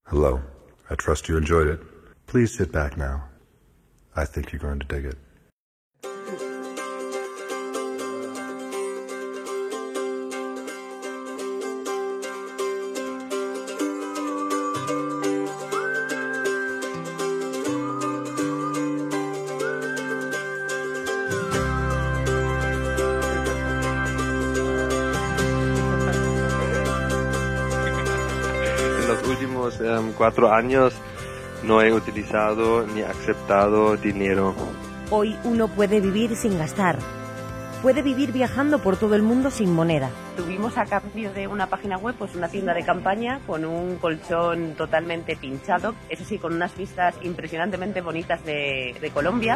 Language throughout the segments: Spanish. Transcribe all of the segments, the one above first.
Hello. I trust you enjoyed it. Please sit back now. I think you're going to dig it. Los últimos 4 años no he utilizado ni aceptado dinero. Hoy uno puede vivir sin gastar. Puede vivir viajando por todo el mundo sin moneda. Tuvimos a cambio de una página web, pues una tienda de campaña con un colchón totalmente pinchado, eso sí, con unas vistas impresionantemente bonitas de Colombia.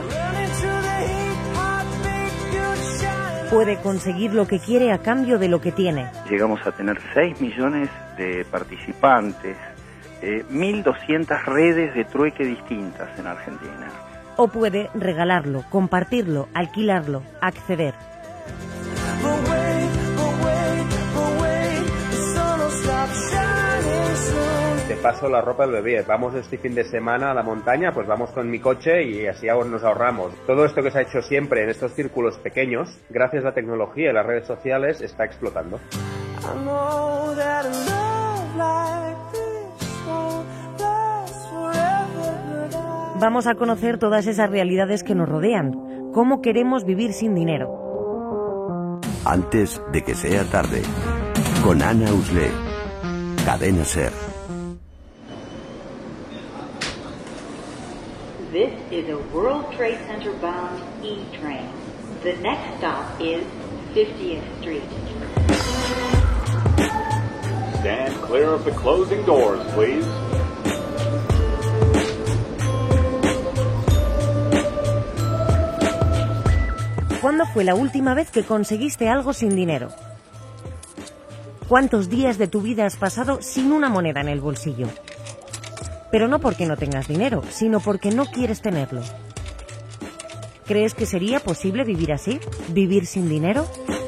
Puede conseguir lo que quiere a cambio de lo que tiene. Llegamos a tener 6 millones de participantes, 1.200 redes de trueque distintas en Argentina. O puede regalarlo, compartirlo, alquilarlo, acceder. Te paso la ropa del bebé. Vamos este fin de semana a la montaña, pues vamos con mi coche y así nos ahorramos. Todo esto que se ha hecho siempre en estos círculos pequeños, gracias a la tecnología y las redes sociales, está explotando. Vamos a conocer todas esas realidades que nos rodean. ¿Cómo queremos vivir sin dinero? Antes de que sea tarde, con Ana Usle, Cadena SER. This is a World Trade Center bound E-train. The next stop is 50th Street. Stand clear of the closing doors, please. ¿Cuándo fue la última vez que conseguiste algo sin dinero? ¿Cuántos días de tu vida has pasado sin una moneda en el bolsillo? Pero no porque no tengas dinero, sino porque no quieres tenerlo. ¿Crees que sería posible vivir así? ¿Vivir sin dinero?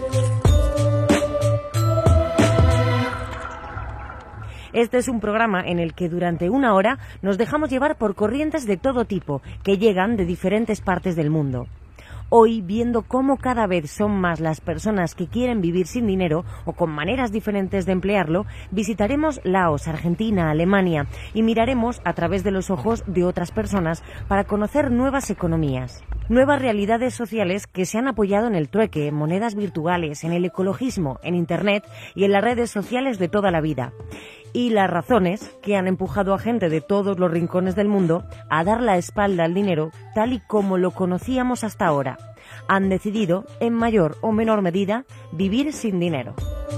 Este es un programa en el que durante una hora nos dejamos llevar por corrientes de todo tipo que llegan de diferentes partes del mundo. Hoy, viendo cómo cada vez son más las personas que quieren vivir sin dinero o con maneras diferentes de emplearlo, visitaremos Laos, Argentina, Alemania y miraremos a través de los ojos de otras personas para conocer nuevas economías, nuevas realidades sociales que se han apoyado en el trueque, en monedas virtuales, en el ecologismo, en Internet y en las redes sociales de toda la vida. Y las razones que han empujado a gente de todos los rincones del mundo a dar la espalda al dinero tal y como lo conocíamos hasta ahora. Han decidido, en mayor o menor medida, vivir sin dinero.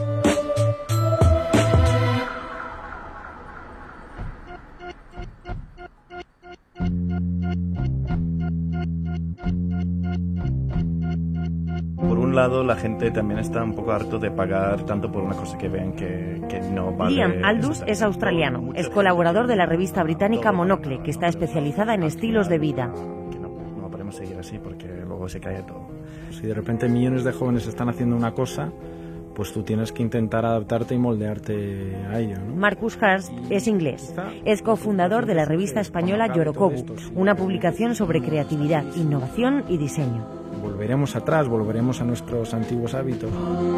Por un lado, la gente también está un poco harto de pagar tanto por una cosa que ven que no vale. Liam Aldous es australiano, es colaborador de la revista británica Monocle, que está especializada en estilos de vida. Que no podemos seguir así porque luego se cae todo. Si de repente millones de jóvenes están haciendo una cosa, pues tú tienes que intentar adaptarte y moldearte a ello, ¿no? Marcus Hurst es inglés. Es cofundador de la revista española Yorokobu, una publicación sobre creatividad, innovación y diseño. Volveremos atrás, volveremos a nuestros antiguos hábitos.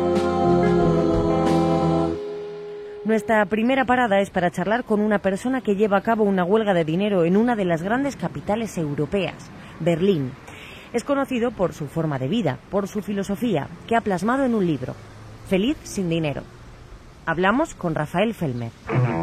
Nuestra primera parada es para charlar con una persona que lleva a cabo una huelga de dinero en una de las grandes capitales europeas, Berlín. Es conocido por su forma de vida, por su filosofía, que ha plasmado en un libro, Feliz sin dinero. Hablamos con Rafael Fellmer.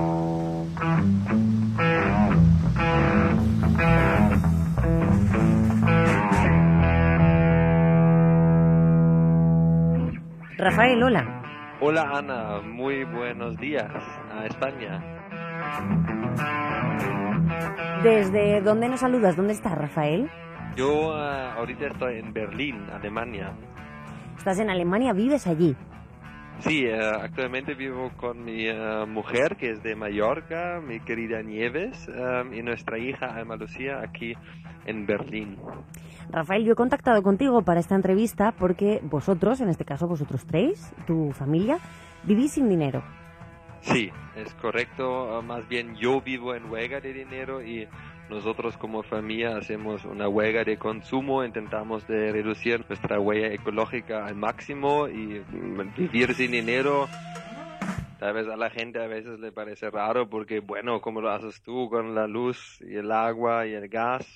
Rafael, hola. Hola Ana, muy buenos días a España. ¿Desde dónde nos saludas? ¿Dónde estás, Rafael? Yo ahorita estoy en Berlín, Alemania. ¿Estás en Alemania? ¿Vives allí? Sí, actualmente vivo con mi mujer, que es de Mallorca, mi querida Nieves, y nuestra hija Alma Lucía, aquí en Berlín. Rafael, yo he contactado contigo para esta entrevista porque vosotros, en este caso vosotros tres, tu familia, vivís sin dinero. Sí, es correcto. Más bien yo vivo en huelga de dinero y nosotros como familia hacemos una huelga de consumo, intentamos de reducir nuestra huella ecológica al máximo y vivir sin dinero. Tal vez a la gente a veces le parece raro porque, bueno, ¿cómo lo haces tú con la luz y el agua y el gas?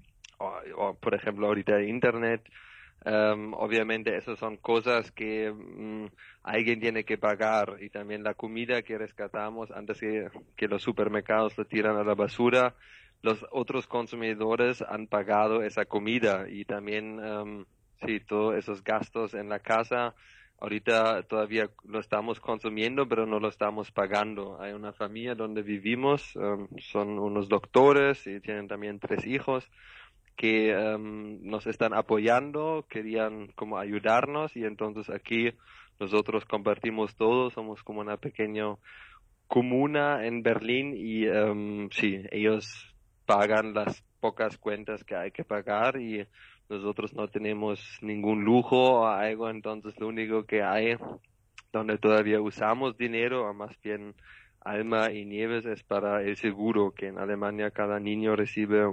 O por ejemplo, ahorita el internet. Obviamente esas son cosas que alguien tiene que pagar, y también la comida que rescatamos antes que los supermercados lo tiran a la basura. Los otros consumidores han pagado esa comida y también, sí, todos esos gastos en la casa. Ahorita todavía lo estamos consumiendo, pero no lo estamos pagando. Hay una familia donde vivimos, son unos doctores y tienen también 3 hijos que nos están apoyando, querían como ayudarnos, y entonces aquí nosotros compartimos todo, somos como una pequeña comuna en Berlín y sí, ellos pagan las pocas cuentas que hay que pagar y nosotros no tenemos ningún lujo o algo, entonces lo único que hay donde todavía usamos dinero, o más bien Alma y Nieves, es para el seguro, que en Alemania cada niño recibe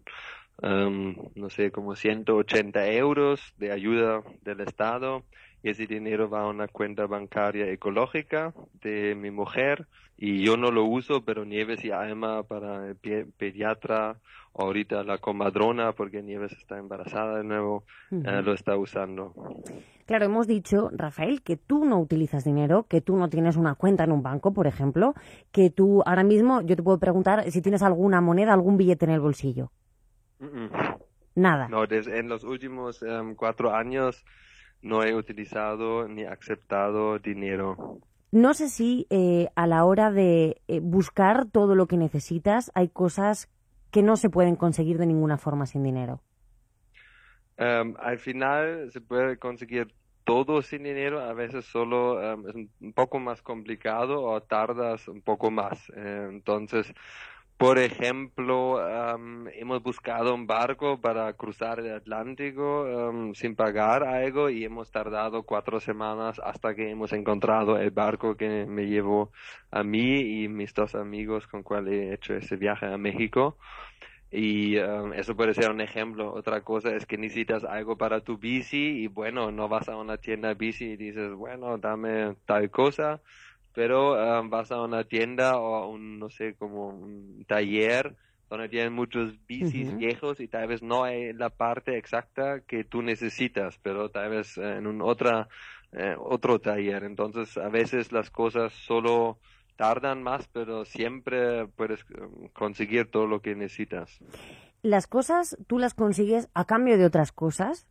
no sé, como 180 euros de ayuda del Estado, y ese dinero va a una cuenta bancaria ecológica de mi mujer, y yo no lo uso, pero Nieves y Alma para el pediatra, o ahorita la comadrona, porque Nieves está embarazada de nuevo, lo está usando. Claro, hemos dicho, Rafael, que tú no utilizas dinero, que tú no tienes una cuenta en un banco, por ejemplo, que tú ahora mismo, yo te puedo preguntar si tienes alguna moneda, algún billete en el bolsillo. Nada. No, en los últimos 4 años no he utilizado ni aceptado dinero. No sé si a la hora de buscar todo lo que necesitas hay cosas que no se pueden conseguir de ninguna forma sin dinero. Al final se puede conseguir todo sin dinero, a veces solo es un poco más complicado o tardas un poco más. Entonces, por ejemplo, hemos buscado un barco para cruzar el Atlántico sin pagar algo, y hemos tardado 4 semanas hasta que hemos encontrado el barco que me llevó a mí y mis 2 amigos con cuales he hecho ese viaje a México. Y eso puede ser un ejemplo. Otra cosa es que necesitas algo para tu bici y bueno, no vas a una tienda de bici y dices, bueno, dame tal cosa, pero vas a una tienda o un, no sé, como un taller donde tienen muchos bicis viejos y tal vez no hay la parte exacta que tú necesitas, pero tal vez en un otro taller. Entonces a veces las cosas solo tardan más, pero siempre puedes conseguir todo lo que necesitas. ¿Las cosas tú las consigues a cambio de otras cosas?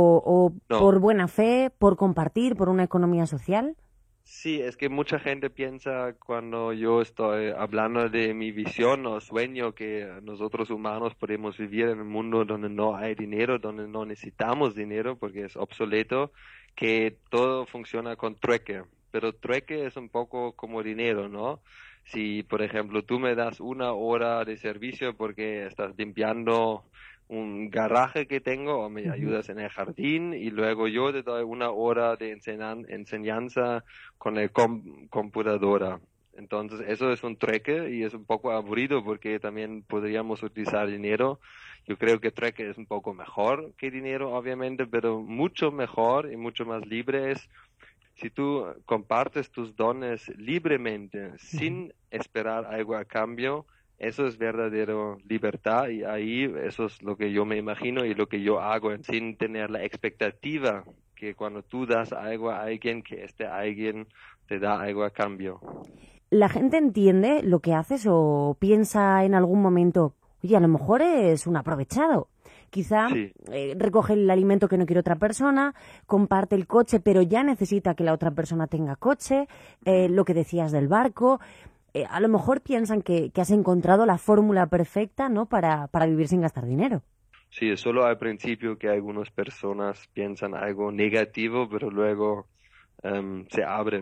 ¿O No. por buena fe, por compartir, por una economía social? Sí, es que mucha gente piensa cuando yo estoy hablando de mi visión o sueño que nosotros humanos podemos vivir en un mundo donde no hay dinero, donde no necesitamos dinero porque es obsoleto, que todo funciona con trueque. Pero trueque es un poco como dinero, ¿no? Si, por ejemplo, tú me das 1 hora de servicio porque estás limpiando un garaje que tengo o me ayudas en el jardín, y luego yo te doy 1 hora de enseñanza con el computadora. Entonces eso es un trueque y es un poco aburrido porque también podríamos utilizar dinero. Yo creo que trueque es un poco mejor que dinero, obviamente, pero mucho mejor y mucho más libre es si tú compartes tus dones libremente, sin esperar algo a cambio. Eso es verdadera libertad, y ahí eso es lo que yo me imagino y lo que yo hago, sin tener la expectativa que cuando tú das algo a alguien, que este alguien te da algo a cambio. ¿La gente entiende lo que haces o piensa en algún momento, oye, a lo mejor es un aprovechado? Quizá Sí. Recoge el alimento que no quiere otra persona, comparte el coche, pero ya necesita que la otra persona tenga coche, lo que decías del barco. A lo mejor piensan que has encontrado la fórmula perfecta, ¿no?, para vivir sin gastar dinero. Sí, es solo al principio que algunas personas piensan algo negativo, pero luego se abren.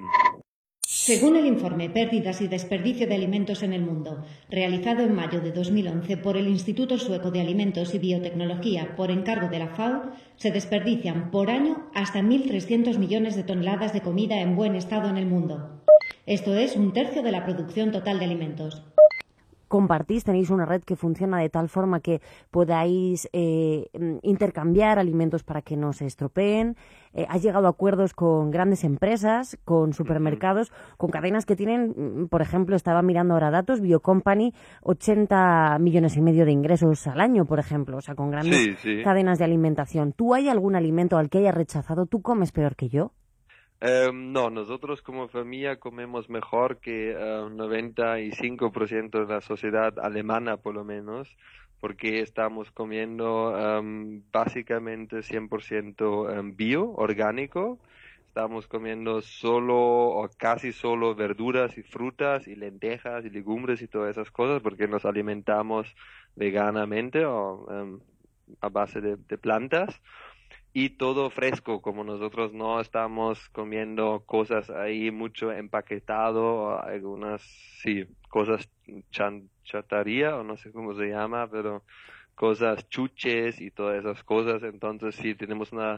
Según el informe Pérdidas y desperdicio de alimentos en el mundo, realizado en mayo de 2011 por el Instituto Sueco de Alimentos y Biotecnología por encargo de la FAO, se desperdician por año hasta 1.300 millones de toneladas de comida en buen estado en el mundo. Esto es 1/3 de la producción total de alimentos. Compartís, tenéis una red que funciona de tal forma que podáis intercambiar alimentos para que no se estropeen. Has llegado a acuerdos con grandes empresas, con supermercados, con cadenas que tienen, por ejemplo, estaba mirando ahora datos, Biocompany, 80 millones y medio de ingresos al año, por ejemplo, o sea, con grandes cadenas de alimentación. ¿Tú hay algún alimento al que hayas rechazado? ¿Tú comes peor que yo? No, nosotros como familia comemos mejor que 95% de la sociedad alemana, por lo menos, porque estamos comiendo básicamente 100% bio, orgánico. Estamos comiendo solo o casi solo verduras y frutas y lentejas y legumbres y todas esas cosas, porque nos alimentamos veganamente o a base de plantas. Y todo fresco, como nosotros no estamos comiendo cosas ahí mucho empaquetado, algunas, cosas chatarría, o no sé cómo se llama, pero cosas chuches y todas esas cosas. Entonces tenemos una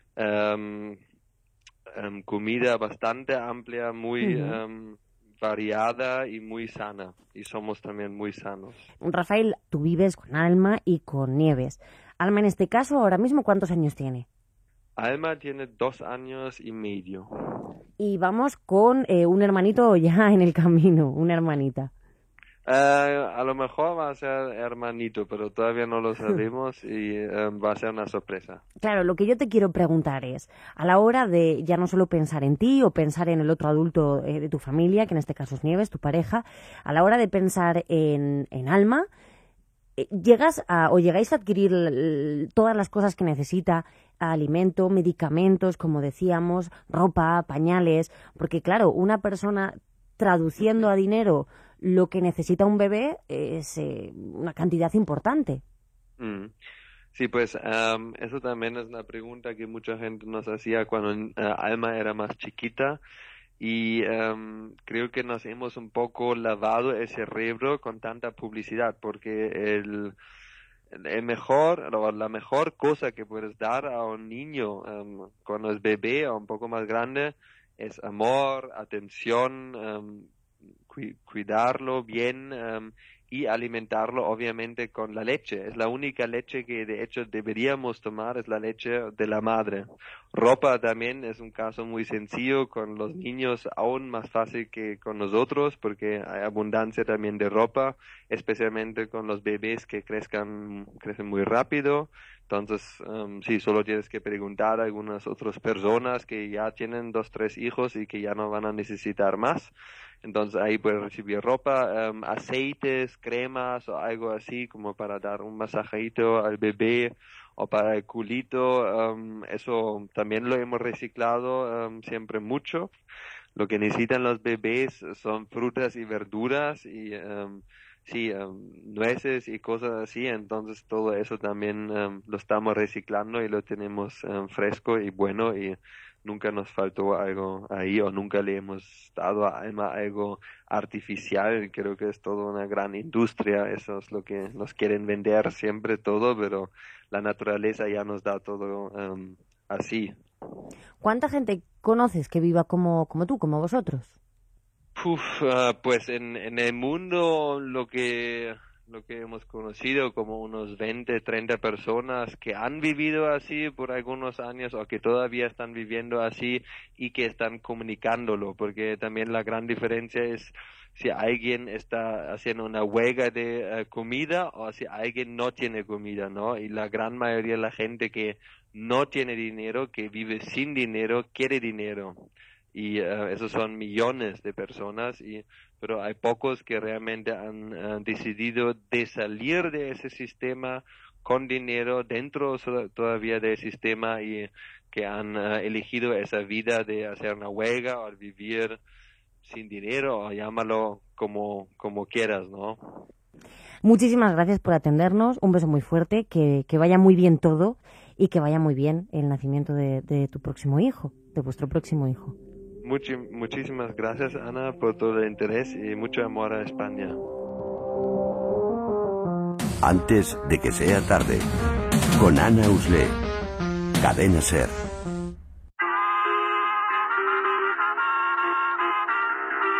comida bastante amplia, muy variada y muy sana. Y somos también muy sanos. Rafael, tú vives con Alma y con Nieves. Alma, en este caso, ahora mismo, ¿cuántos años tiene? Alma tiene 2 años y medio. Y vamos con un hermanito ya en el camino, una hermanita. A lo mejor va a ser hermanito, pero todavía no lo sabemos y va a ser una sorpresa. Claro, lo que yo te quiero preguntar es, a la hora de ya no solo pensar en ti o pensar en el otro adulto de tu familia, que en este caso es Nieves, tu pareja, a la hora de pensar en Alma, ¿llegáis a adquirir todas las cosas que necesita? Alimento, medicamentos, como decíamos, ropa, pañales, porque claro, una persona traduciendo a dinero lo que necesita un bebé es una cantidad importante. Sí, pues eso también es una pregunta que mucha gente nos hacía cuando Alma era más chiquita. Y creo que nos hemos un poco lavado el cerebro con tanta publicidad, porque la mejor cosa que puedes dar a un niño cuando es bebé o un poco más grande es amor, atención, cuidarlo bien y alimentarlo obviamente con la leche. Es la única leche que de hecho deberíamos tomar, es la leche de la madre. Ropa también es un caso muy sencillo, con los niños aún más fácil que con nosotros, porque hay abundancia también de ropa, especialmente con los bebés que crecen muy rápido. Entonces, solo tienes que preguntar a algunas otras personas que ya tienen 2, 3 hijos y que ya no van a necesitar más. Entonces ahí puedes recibir ropa, aceites, cremas o algo así como para dar un masajito al bebé o para el culito. Eso también lo hemos reciclado siempre mucho. Lo que necesitan los bebés son frutas y verduras y nueces y cosas así. Entonces todo eso también lo estamos reciclando y lo tenemos fresco y bueno, y nunca nos faltó algo ahí o nunca le hemos dado a Alma algo artificial. Creo que es toda una gran industria, eso es lo que nos quieren vender siempre todo, pero la naturaleza ya nos da todo así. ¿Cuánta gente conoces que viva como tú, como vosotros? Pues en el mundo lo que hemos conocido como unos 20, 30 personas que han vivido así por algunos años o que todavía están viviendo así y que están comunicándolo, porque también la gran diferencia es si alguien está haciendo una huelga de comida o si alguien no tiene comida, ¿no? Y la gran mayoría de la gente que no tiene dinero, que vive sin dinero, quiere dinero. Y esos son millones de personas, pero hay pocos que realmente han decidido de salir de ese sistema con dinero dentro todavía del sistema y que han elegido esa vida de hacer una huelga o vivir sin dinero, o llámalo como quieras, ¿no? Muchísimas gracias por atendernos, un beso muy fuerte, que vaya muy bien todo y que vaya muy bien el nacimiento de tu próximo hijo, de vuestro próximo hijo. Muchísimas gracias, Ana, por todo el interés y mucho amor a España. Antes de que sea tarde, con Ana Usle, Cadena SER.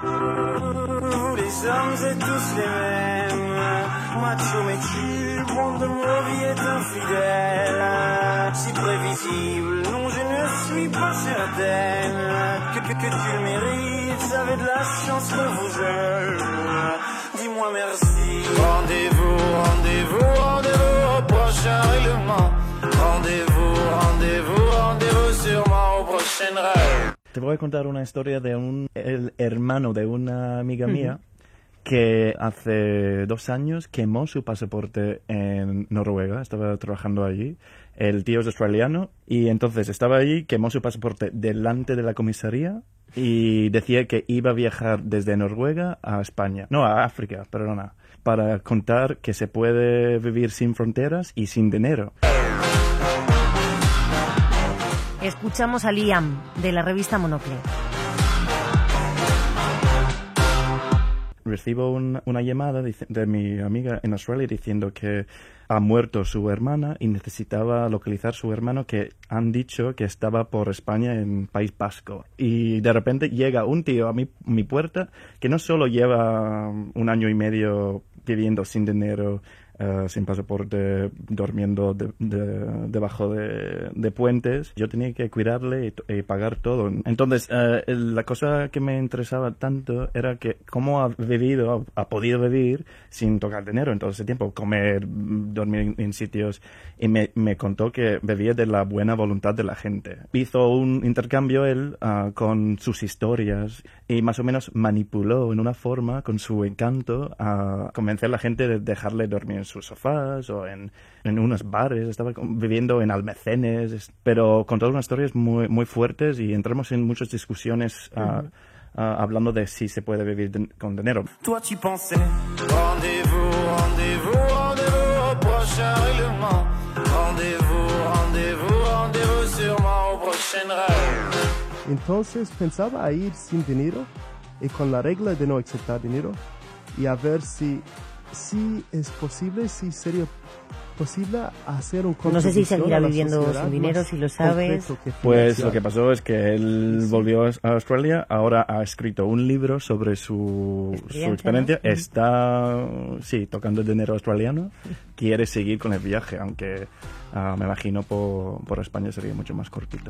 Vous les hommes êtes tous les mêmes, macho mais cul, bon de vie est infidèle, si prévisible, non je ne suis pas certaine que tu le mérites, avez de la chance que vous aime, dis-moi merci. Rendez-vous, rendez-vous, rendez-vous au prochain règlement, rendez-vous sûrement au prochain rêve. Te voy a contar una historia de el hermano de una amiga mía que hace 2 años quemó su pasaporte en Noruega. Estaba trabajando allí. El tío es australiano y entonces estaba allí, quemó su pasaporte delante de la comisaría y decía que iba a viajar desde Noruega a España. No, a África, perdona. Para contar que se puede vivir sin fronteras y sin dinero. Escuchamos a Liam, de la revista Monocle. Recibo una llamada de mi amiga en Australia diciendo que ha muerto su hermana y necesitaba localizar a su hermano, que han dicho que estaba por España en País Vasco. Y de repente llega un tío a mi puerta que no solo lleva 1 año y medio viviendo sin dinero, sin pasaporte, durmiendo debajo de puentes. Yo tenía que cuidarle y pagar todo. Entonces, la cosa que me interesaba tanto era que cómo ha podido vivir sin tocar dinero en todo ese tiempo, comer, dormir en sitios, y me contó que bebía de la buena voluntad de la gente. Hizo un intercambio él con sus historias y más o menos manipuló en una forma, con su encanto, a convencer a la gente de dejarle dormir en sus sofás o en unos bares. Estaba viviendo en almacenes, pero con todas unas historias muy, muy fuertes, y entramos en muchas discusiones hablando de si se puede vivir con dinero. Toi tu pensais, rendez-vous, rendez-vous, rendez-vous au prochain règlement, rendez-vous, rendez-vous, rendez-vous sûrement au prochain rêve. Entonces pensaba a ir sin dinero y con la regla de no aceptar dinero, y a ver si es posible, si sería posible hacer un contribución. No sé si seguirá viviendo sin dinero, si lo sabes. Pues lo que pasó es que él volvió a Australia, ahora ha escrito un libro sobre su experiencia, ¿no? Está, tocando dinero australiano, quiere seguir con el viaje, aunque me imagino por España sería mucho más cortito.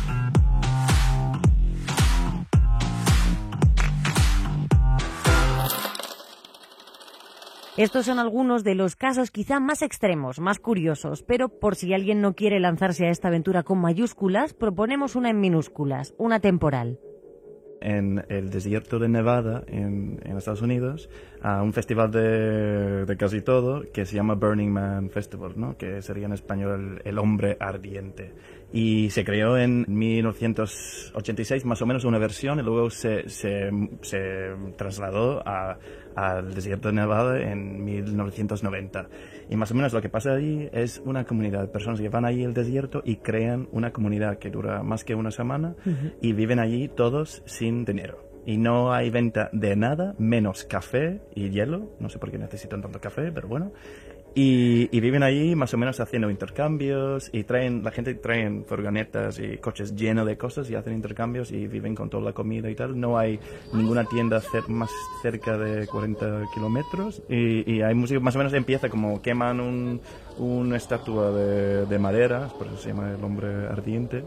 Estos son algunos de los casos quizá más extremos, más curiosos, pero por si alguien no quiere lanzarse a esta aventura con mayúsculas, proponemos una en minúsculas, una temporal. En el desierto de Nevada, en Estados Unidos, a un festival de casi todo que se llama Burning Man Festival, ¿no? Que sería en español el hombre ardiente. Y se creó en 1986, más o menos, una versión, y luego se trasladó al desierto de Nevada en 1990. Y más o menos lo que pasa allí es una comunidad de personas que van allí al desierto y crean una comunidad que dura más que una semana, y viven allí todos sin dinero. Y no hay venta de nada menos café y hielo. No sé por qué necesitan tanto café, pero bueno. Y viven allí más o menos haciendo intercambios, y la gente trae furgonetas y coches llenos de cosas y hacen intercambios y viven con toda la comida y tal. No hay ninguna tienda más cerca de 40 kilómetros, y hay música. Más o menos empieza como queman una estatua de madera, por eso se llama el hombre ardiente.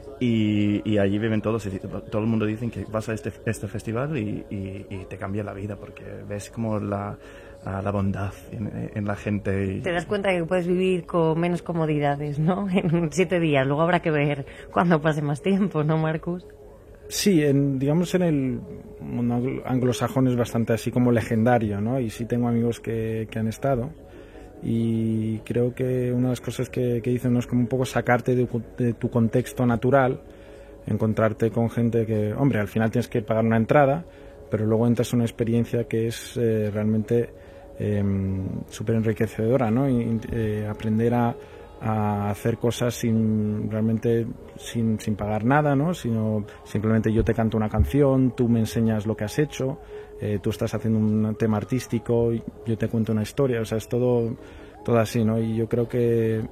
Y allí viven todos, y todo el mundo dice que vas a este festival y te cambia la vida, porque ves como la bondad en la gente. Te das cuenta que puedes vivir con menos comodidades, ¿no? En 7 días. Luego habrá que ver cuándo pase más tiempo, ¿no, Marcus? Sí, digamos en el mundo anglosajón es bastante así como legendario, ¿no? Y sí tengo amigos que han estado. Y creo que una de las cosas que dicen, ¿no?, es como un poco sacarte de tu contexto natural, encontrarte con gente que, hombre, al final tienes que pagar una entrada, pero luego entras en una experiencia que es realmente súper enriquecedora, ¿no? Y aprender a hacer cosas sin pagar nada, ¿no? Sino simplemente yo te canto una canción, tú me enseñas lo que has hecho, tú estás haciendo un tema artístico, yo te cuento una historia, o sea, es todo así, ¿no? Y yo creo que,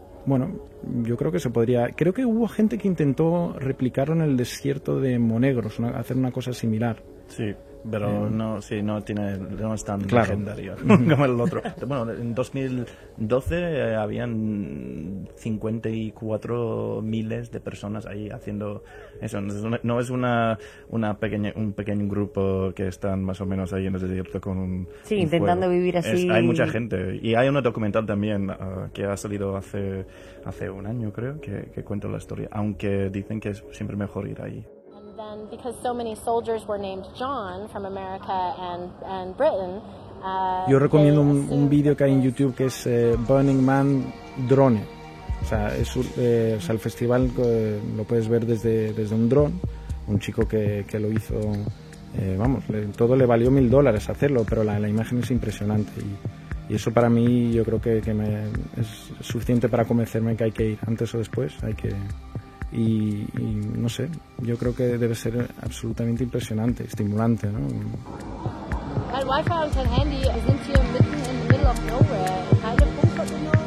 se podría. Creo que hubo gente que intentó replicarlo en el desierto de Monegros, hacer una cosa similar. Sí, Pero no es tan claro. legendario como el otro. Bueno, en 2012 habían 54 miles de personas ahí haciendo eso. No es un pequeño grupo que están más o menos ahí en el desierto con un intentando fuego. vivir así. Hay mucha gente. Y hay un documental también que ha salido hace un año, creo, que cuenta la historia. Aunque dicen que es siempre mejor ir ahí. Then, because so many soldiers were named John from America and Britain, yo recomiendo un vídeo que hay en YouTube que es Burning Man Drone. O sea, el festival lo puedes ver desde un dron. Un chico que lo hizo, todo le valió $1,000 hacerlo, pero la imagen es impresionante. Y eso para mí yo creo que es suficiente para convencerme que hay que ir antes o después. Y no sé, yo creo que debe ser absolutamente impresionante, estimulante, ¿no? Mein Wi-Fi und kein Handy sind hier mitten in the middle of nowhere. Keine Funkverbindung.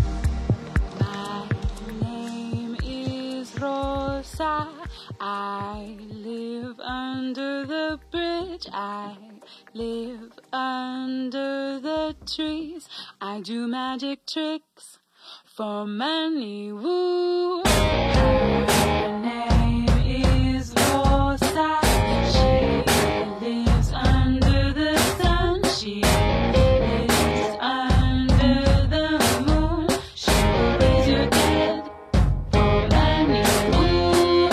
My name is Rosa. I live under the bridge. I live under the trees. I do magic tricks for money. Woo. Her name is Rosa. She lives under the sun. She lives under the moon. She will raise your dead for money. Woo.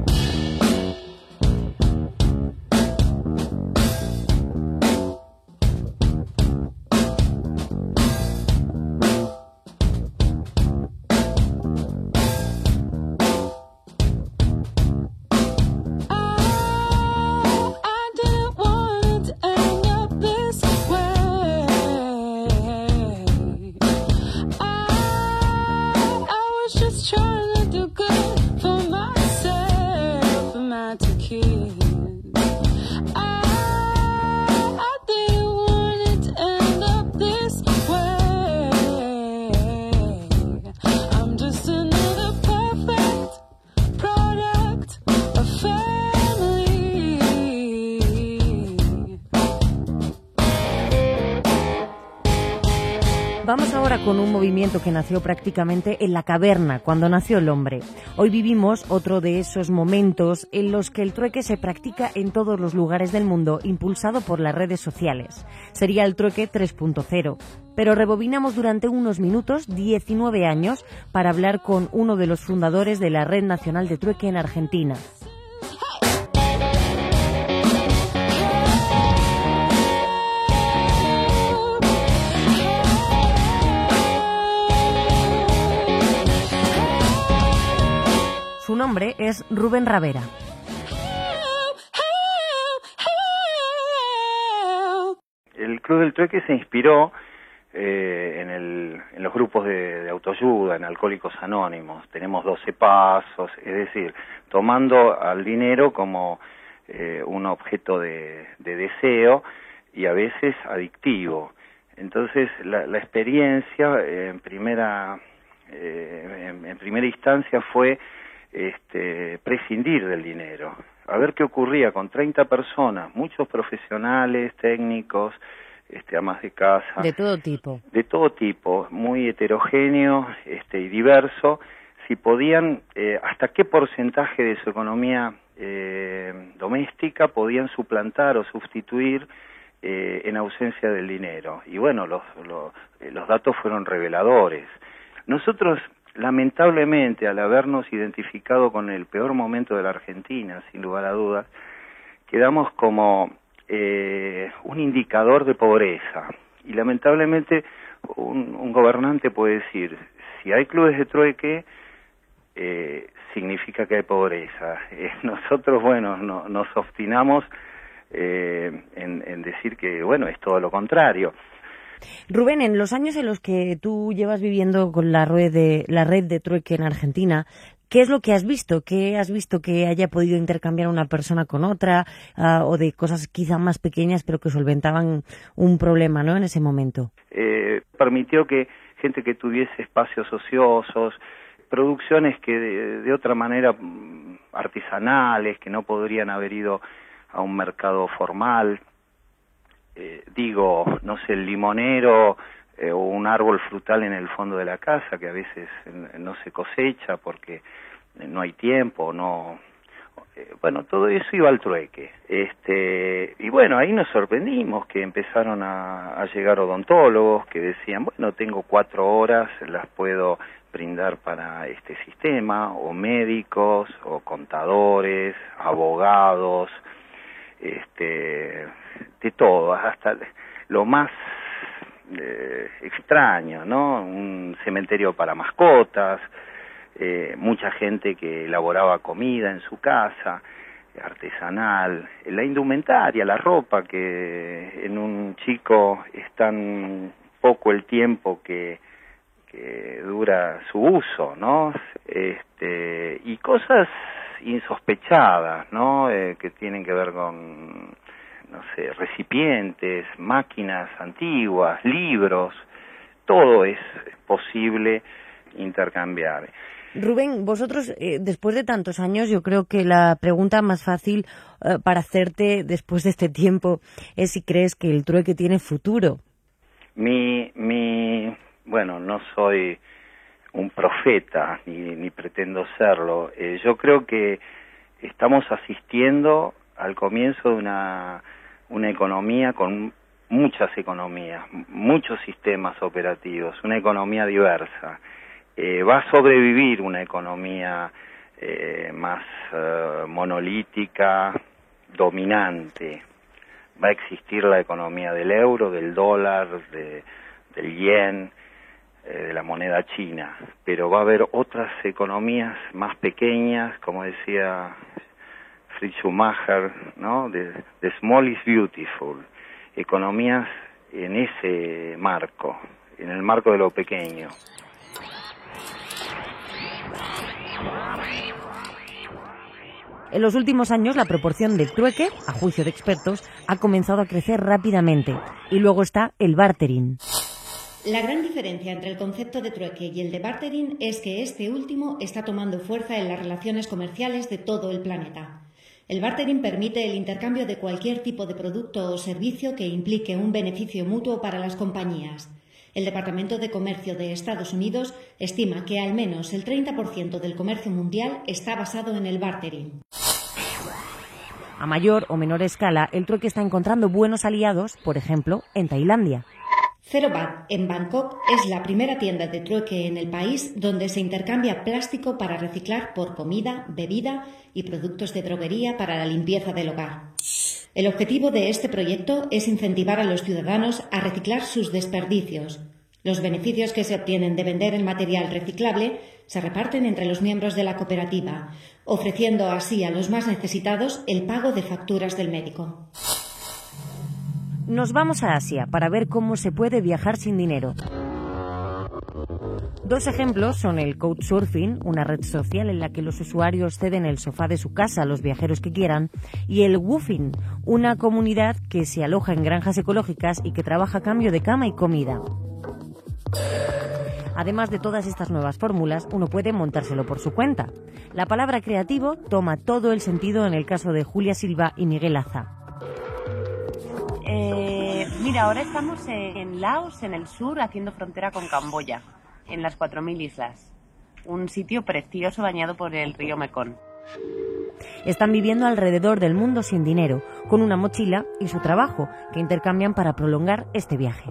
Vamos ahora con un movimiento que nació prácticamente en la caverna, cuando nació el hombre. Hoy vivimos otro de esos momentos en los que el trueque se practica en todos los lugares del mundo, impulsado por las redes sociales. Sería el trueque 3.0. Pero rebobinamos durante unos minutos, 19 años, para hablar con uno de los fundadores de la Red Nacional de Trueque en Argentina. Su nombre es Rubén Ravera. El Club del Trueque se inspiró en los grupos de autoayuda, en Alcohólicos Anónimos. Tenemos 12 pasos, es decir, tomando al dinero como un objeto de deseo y a veces adictivo. Entonces la experiencia en primera instancia fue prescindir del dinero, a ver qué ocurría con 30 personas, muchos profesionales, técnicos, amas de casa, de todo tipo, muy heterogéneo y diverso, si podían, hasta qué porcentaje de su economía doméstica podían suplantar o sustituir en ausencia del dinero. Y bueno, los datos fueron reveladores. Nosotros, lamentablemente, al habernos identificado con el peor momento de la Argentina, sin lugar a dudas, quedamos como un indicador de pobreza. Y lamentablemente un gobernante puede decir, si hay clubes de trueque, significa que hay pobreza. Nosotros, bueno, nos obstinamos en decir que, bueno, es todo lo contrario. Rubén, en los años en los que tú llevas viviendo con la red de trueque en Argentina, ¿qué es lo que has visto? ¿Qué has visto que haya podido intercambiar una persona con otra o de cosas quizá más pequeñas pero que solventaban un problema, ¿no?, en ese momento? Permitió que gente que tuviese espacios ociosos, producciones que de otra manera artesanales, que no podrían haber ido a un mercado formal. No sé, el limonero o un árbol frutal en el fondo de la casa que a veces no se cosecha porque no hay tiempo, bueno, todo eso iba al trueque. Y bueno, ahí nos sorprendimos que empezaron a llegar odontólogos que decían, bueno, tengo 4 horas, las puedo brindar para este sistema, o médicos, o contadores, abogados, de todo, hasta lo más extraño, ¿no? Un cementerio para mascotas, mucha gente que elaboraba comida en su casa, artesanal, la indumentaria, la ropa, que en un chico es tan poco el tiempo que dura su uso, ¿no? Y cosas insospechadas, ¿no? Que tienen que ver con, no sé, recipientes, máquinas antiguas, libros, todo es posible intercambiar. Rubén, vosotros, después de tantos años, yo creo que la pregunta más fácil para hacerte después de este tiempo es si crees que el trueque tiene futuro. Bueno, no soy un profeta, ni pretendo serlo. Yo creo que estamos asistiendo al comienzo de una economía con muchas economías, muchos sistemas operativos, una economía diversa. Va a sobrevivir una economía más monolítica, dominante. Va a existir la economía del euro, del dólar, del yen, de la moneda china, pero va a haber otras economías más pequeñas, como decía Fritz Schumacher, ¿no? The small is beautiful. Economías en ese marco, en el marco de lo pequeño. En los últimos años, la proporción del trueque, a juicio de expertos, ha comenzado a crecer rápidamente. Y luego está el bartering. La gran diferencia entre el concepto de trueque y el de bartering es que este último está tomando fuerza en las relaciones comerciales de todo el planeta. El bartering permite el intercambio de cualquier tipo de producto o servicio que implique un beneficio mutuo para las compañías. El Departamento de Comercio de Estados Unidos estima que al menos el 30% del comercio mundial está basado en el bartering. A mayor o menor escala, el trueque está encontrando buenos aliados, por ejemplo, en Tailandia. Zero Baht, en Bangkok, es la primera tienda de trueque en el país donde se intercambia plástico para reciclar por comida, bebida y productos de droguería para la limpieza del hogar. El objetivo de este proyecto es incentivar a los ciudadanos a reciclar sus desperdicios. Los beneficios que se obtienen de vender el material reciclable se reparten entre los miembros de la cooperativa, ofreciendo así a los más necesitados el pago de facturas del médico. Nos vamos a Asia para ver cómo se puede viajar sin dinero. 2 ejemplos son el Couchsurfing, una red social en la que los usuarios ceden el sofá de su casa a los viajeros que quieran, y el Woofing, una comunidad que se aloja en granjas ecológicas y que trabaja a cambio de cama y comida. Además de todas estas nuevas fórmulas, uno puede montárselo por su cuenta. La palabra creativo toma todo el sentido en el caso de Julia Silva y Miguel Aza. Mira, ahora estamos en Laos, en el sur, haciendo frontera con Camboya, en las 4000 islas. Un sitio precioso bañado por el río Mekong. Están viviendo alrededor del mundo sin dinero, con una mochila y su trabajo, que intercambian para prolongar este viaje.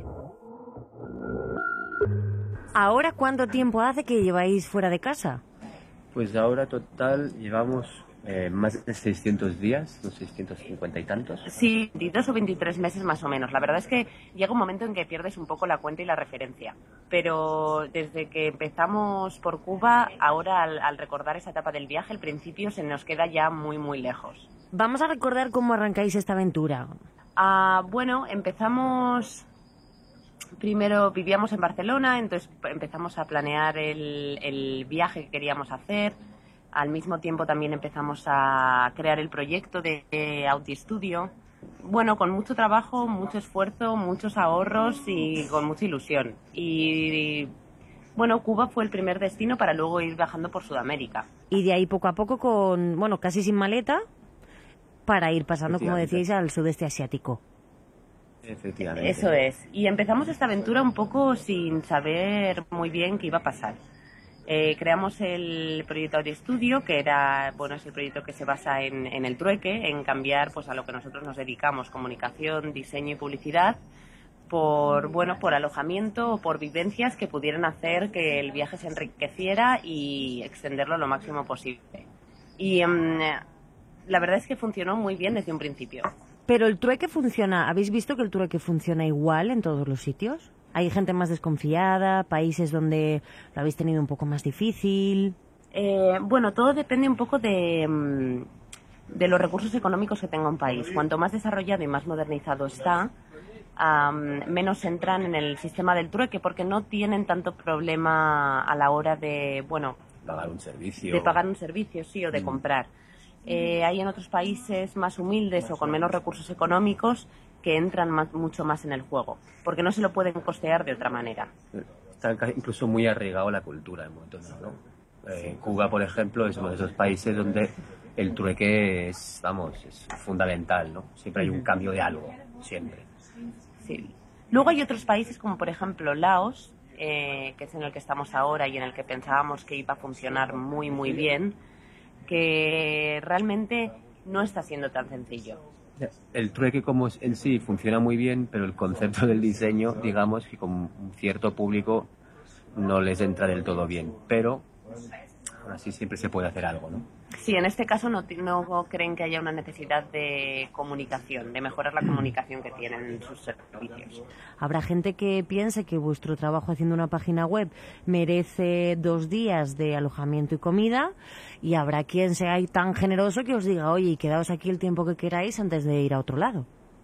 ¿Ahora cuánto tiempo hace que lleváis fuera de casa? Pues ahora total llevamos más de 600 días, unos 650 y tantos. Sí, 22 o 23 meses más o menos. La verdad es que llega un momento en que pierdes un poco la cuenta y la referencia. Pero desde que empezamos por Cuba, ahora al recordar esa etapa del viaje, el principio se nos queda ya muy, muy lejos. Vamos a recordar cómo arrancáis esta aventura. Bueno, empezamos... Primero vivíamos en Barcelona, entonces empezamos a planear el viaje que queríamos hacer. Al mismo tiempo también empezamos a crear el proyecto de Audiostudio. Bueno, con mucho trabajo, mucho esfuerzo, muchos ahorros y con mucha ilusión. Y bueno, Cuba fue el primer destino para luego ir viajando por Sudamérica. Y de ahí poco a poco casi sin maleta, para ir pasando, como decíais, al sudeste asiático. Efectivamente. Eso es. Y empezamos esta aventura un poco sin saber muy bien qué iba a pasar. Creamos el proyecto Audio Studio, que era, bueno, es el proyecto que se basa en el trueque, en cambiar pues a lo que nosotros nos dedicamos, comunicación, diseño y publicidad, por alojamiento o por vivencias que pudieran hacer que el viaje se enriqueciera y extenderlo lo máximo posible. Y la verdad es que funcionó muy bien desde un principio. Pero el trueque funciona, ¿habéis visto que el trueque funciona igual en todos los sitios? ¿Hay gente más desconfiada, países donde lo habéis tenido un poco más difícil? Bueno, todo depende un poco de los recursos económicos que tenga un país. Cuanto más desarrollado y más modernizado está, menos entran en el sistema del trueque porque no tienen tanto problema a la hora de, pagar un servicio. De pagar un servicio, sí, o de comprar. Hay en otros países más humildes o con menos recursos económicos que entran mucho más en el juego, porque no se lo pueden costear de otra manera. Está incluso muy arraigado a la cultura en momentos, ¿no? Cuba, por ejemplo, es uno de esos países donde el trueque es fundamental, ¿no? Siempre hay un cambio de algo, siempre. Sí. Luego hay otros países como, por ejemplo, Laos, que es en el que estamos ahora y en el que pensábamos que iba a funcionar muy, muy bien, que realmente no está siendo tan sencillo. El trueque como en sí funciona muy bien, pero el concepto del diseño, digamos, que con un cierto público no les entra del todo bien. Pero aún así siempre se puede hacer algo, ¿no? Sí, en este caso no creen que haya una necesidad de comunicación, de mejorar la comunicación que tienen sus servicios. Habrá gente que piense que vuestro trabajo haciendo una página web merece 2 días de alojamiento y comida, y habrá quien sea tan generoso que os diga, oye, quedaos aquí el tiempo que queráis antes de ir a otro lado.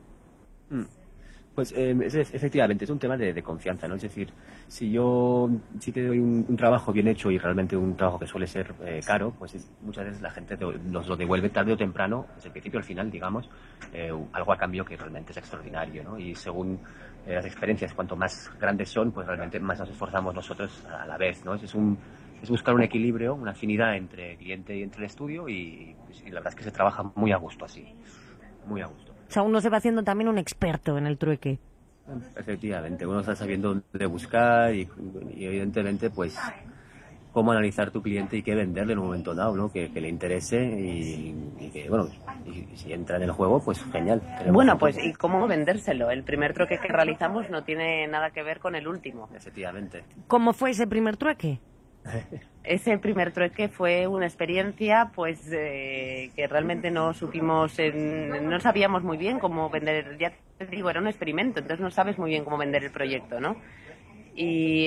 Pues efectivamente, es un tema de confianza, ¿no? Es decir, si te doy un trabajo bien hecho y realmente un trabajo que suele ser caro, pues muchas veces la gente nos lo devuelve tarde o temprano, desde el principio al final, digamos, algo a cambio que realmente es extraordinario, ¿no? Y según las experiencias, cuanto más grandes son, pues realmente más nos esforzamos nosotros a la vez, ¿no? Es buscar un equilibrio, una afinidad entre el cliente y entre el estudio y la verdad es que se trabaja muy a gusto así, muy a gusto. O sea, uno se va haciendo también un experto en el trueque. Efectivamente, uno está sabiendo dónde buscar y evidentemente pues cómo analizar tu cliente y qué venderle en un momento dado, ¿no? Que le interese y que, y si entra en el juego, pues genial. Bueno, pues ¿y cómo vendérselo? El primer trueque que realizamos no tiene nada que ver con el último. Efectivamente. ¿Cómo fue ese primer trueque? Ese primer trueque fue una experiencia pues que realmente no sabíamos muy bien cómo vender, ya te digo, era un experimento, entonces no sabes muy bien cómo vender el proyecto, ¿no? Y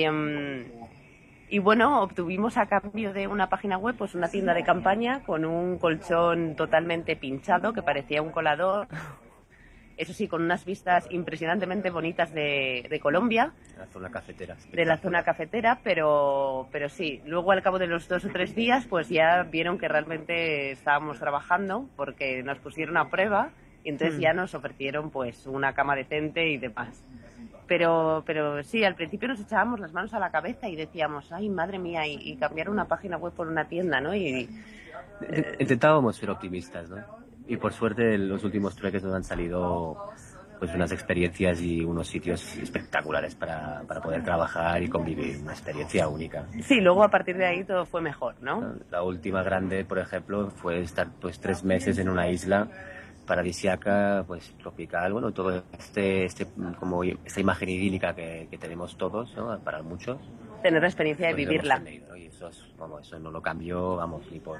bueno, obtuvimos a cambio de una página web pues una tienda de campaña con un colchón totalmente pinchado que parecía un colador. Eso sí, con unas vistas impresionantemente bonitas de Colombia. De la zona cafetera. De la zona cafetera, pero sí. Luego, al cabo de los 2 o 3 días, pues ya vieron que realmente estábamos trabajando porque nos pusieron a prueba y entonces ya nos ofrecieron pues una cama decente y demás. Pero sí, al principio nos echábamos las manos a la cabeza y decíamos, ay, madre mía, y cambiar una página web por una tienda, ¿no? Intentábamos ser optimistas, ¿no? Y por suerte los últimos trueques nos han salido pues unas experiencias y unos sitios espectaculares para poder trabajar y convivir, una experiencia única. Sí, luego a partir de ahí todo fue mejor, ¿no? La última grande, por ejemplo, fue estar pues 3 meses en una isla paradisíaca, pues tropical, bueno, todo como esta imagen idílica que tenemos todos, ¿no? Para muchos. Tener la experiencia de vivirla. Y eso no lo cambio, ni por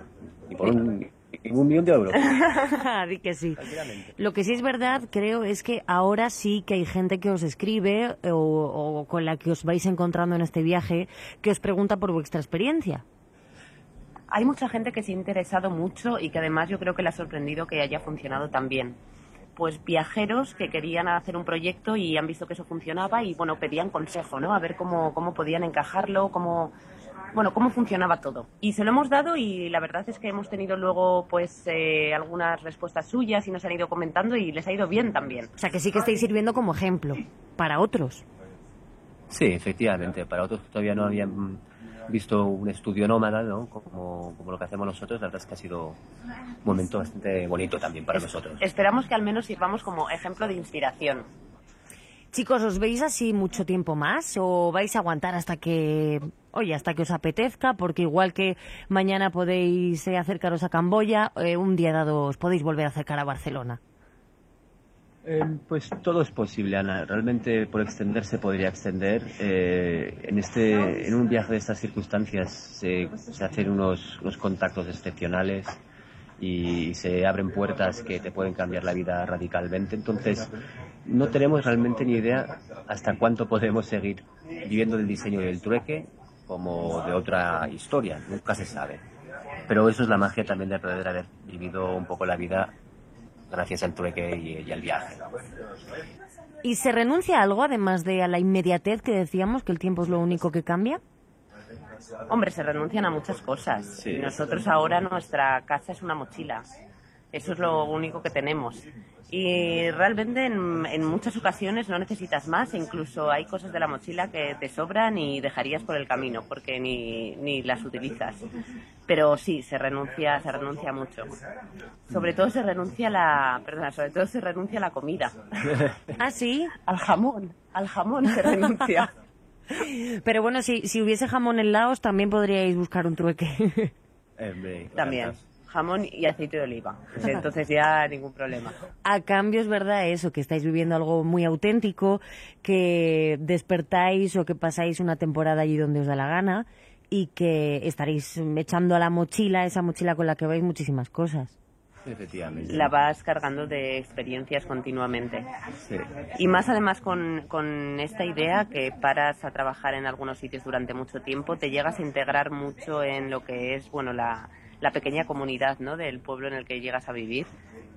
un millón de euros. Di que sí. Lo que sí es verdad, creo, es que ahora sí que hay gente que os escribe o con la que os vais encontrando en este viaje que os pregunta por vuestra experiencia. Hay mucha gente que se ha interesado mucho y que además yo creo que le ha sorprendido que haya funcionado tan bien. Pues viajeros que querían hacer un proyecto y han visto que eso funcionaba y bueno, pedían consejo, ¿no? A ver cómo podían encajarlo, cómo funcionaba todo. Y se lo hemos dado y la verdad es que hemos tenido luego pues algunas respuestas suyas y nos han ido comentando y les ha ido bien también. O sea que sí que estáis sirviendo como ejemplo para otros. Sí, efectivamente, para otros todavía no habían visto un estudio nómada, ¿no? Como lo que hacemos nosotros, la verdad es que ha sido un momento bastante bonito también para nosotros. Esperamos que al menos sirvamos como ejemplo de inspiración. Chicos, ¿os veis así mucho tiempo más o vais a aguantar hasta que os apetezca? Porque igual que mañana podéis acercaros a Camboya, un día dado os podéis volver a acercar a Barcelona. Pues todo es posible, Ana. Realmente por extenderse podría extender. En un viaje de estas circunstancias se hacen unos contactos excepcionales y se abren puertas que te pueden cambiar la vida radicalmente. Entonces, no tenemos realmente ni idea hasta cuánto podemos seguir viviendo del diseño y del trueque como de otra historia. Nunca se sabe. Pero eso es la magia también de poder haber vivido un poco la vida gracias al trueque y al viaje. ¿Y se renuncia a algo, además de a la inmediatez que decíamos, que el tiempo es lo único que cambia? Hombre, se renuncian a muchas cosas. Sí. Nosotros ahora nuestra casa es una mochila. Eso es lo único que tenemos. Y realmente en muchas ocasiones no necesitas más. Incluso hay cosas de la mochila que te sobran y dejarías por el camino porque ni las utilizas. Pero sí, se renuncia mucho. Sobre todo se renuncia a la comida. ¿Ah, sí? Al jamón se renuncia. Pero bueno, si hubiese jamón en Laos también podríais buscar un trueque. También. Jamón y aceite de oliva. Entonces ya ningún problema. A cambio es verdad eso, que estáis viviendo algo muy auténtico, que despertáis o que pasáis una temporada allí donde os da la gana y que estaréis echando a la mochila, esa mochila con la que vais muchísimas cosas. Efectivamente. La vas cargando de experiencias continuamente. Sí. Y más además con esta idea que paras a trabajar en algunos sitios durante mucho tiempo, te llegas a integrar mucho en lo que es, bueno, la pequeña comunidad, ¿no?, del pueblo en el que llegas a vivir.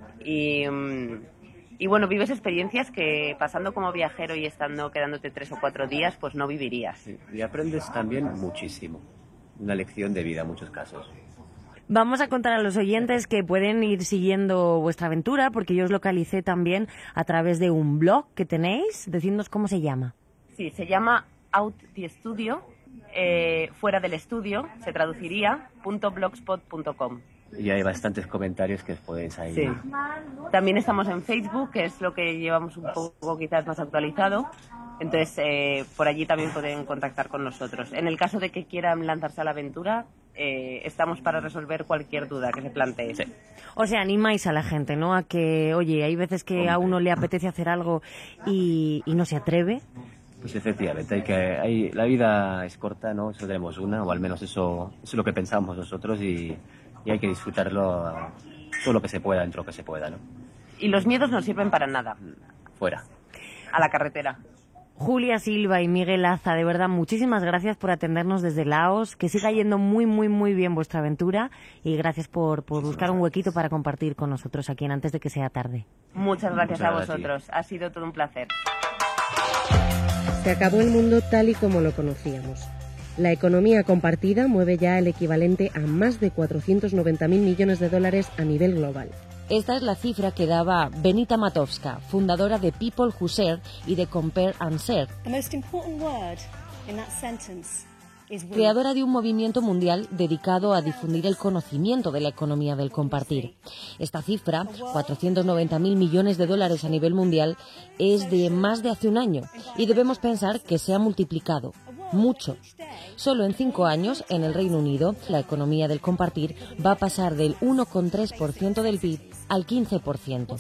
Y bueno, vives experiencias que pasando como viajero y quedándote 3 o 4 días, pues no vivirías. Sí. Y aprendes también muchísimo. Una lección de vida en muchos casos. Vamos a contar a los oyentes que pueden ir siguiendo vuestra aventura, porque yo os localicé también a través de un blog que tenéis. Decidnos cómo se llama. Sí, se llama Out the Studio, fuera del estudio, se traduciría .blogspot.com. Y hay bastantes comentarios que os podéis ahí. Sí. También estamos en Facebook, que es lo que llevamos un poco quizás más actualizado. Entonces, por allí también pueden contactar con nosotros. En el caso de que quieran lanzarse a la aventura, estamos para resolver cualquier duda que se plantee. Sí. O sea, animáis a la gente, ¿no? A que, oye, hay veces que a uno le apetece hacer algo y no se atreve. Pues efectivamente, la vida es corta, ¿no? Solo tenemos una, o al menos eso es lo que pensamos nosotros y hay que disfrutarlo todo lo que se pueda, dentro de lo que se pueda, ¿no? Y los miedos no sirven para nada. Fuera. A la carretera. Julia Silva y Miguel Aza, de verdad, muchísimas gracias por atendernos desde Laos. Que siga yendo muy, muy, muy bien vuestra aventura y gracias por buscar un huequito para compartir con nosotros aquí en Antes de que sea tarde. Muchas gracias a vosotros. Ha sido todo un placer. Se acabó el mundo tal y como lo conocíamos. La economía compartida mueve ya el equivalente a más de 490.000 millones de dólares a nivel global. Esta es la cifra que daba Benita Matovska, fundadora de People Who Share y de Compare and Share, creadora de un movimiento mundial dedicado a difundir el conocimiento de la economía del compartir. Esta cifra, 490.000 millones de dólares a nivel mundial, es de más de hace un año y debemos pensar que se ha multiplicado mucho. Solo en 5 años, en el Reino Unido, la economía del compartir va a pasar del 1,3% del PIB al 15%.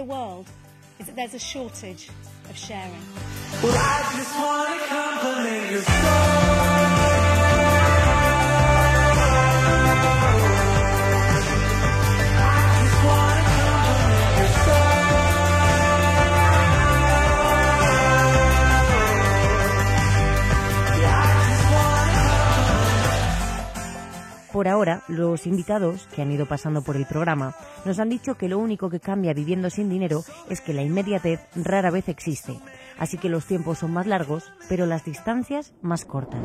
Por ahora, los invitados que han ido pasando por el programa nos han dicho que lo único que cambia viviendo sin dinero es que la inmediatez rara vez existe. Así que los tiempos son más largos, pero las distancias más cortas.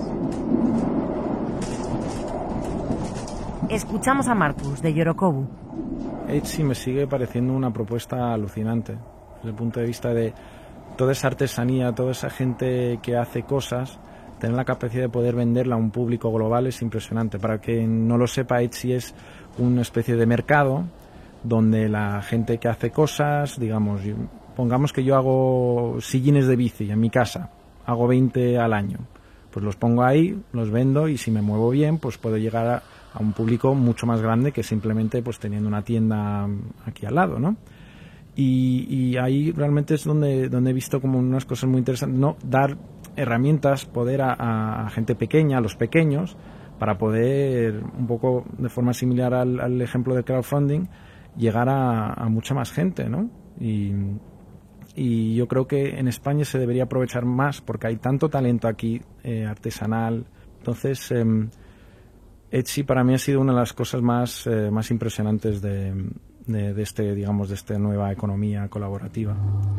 Escuchamos a Marcus, de Yorokobu. Etsy me sigue pareciendo una propuesta alucinante, desde el punto de vista de toda esa artesanía, toda esa gente que hace cosas tener la capacidad de poder venderla a un público global es impresionante. Para quien no lo sepa, Etsy es una especie de mercado donde la gente que hace cosas, digamos, pongamos que yo hago sillines de bici en mi casa, hago 20 al año, pues los pongo ahí, los vendo y si me muevo bien, pues puedo llegar a un público mucho más grande que simplemente pues teniendo una tienda aquí al lado, ¿no? Y ahí realmente es donde he visto como unas cosas muy interesantes, ¿no? Dar herramientas, poder a gente pequeña, a los pequeños, para poder, un poco de forma similar al ejemplo del crowdfunding, llegar a mucha más gente, ¿no? Y yo creo que en España se debería aprovechar más porque hay tanto talento aquí artesanal. Entonces, Etsy para mí ha sido una de las cosas más impresionantes de esta nueva economía colaborativa.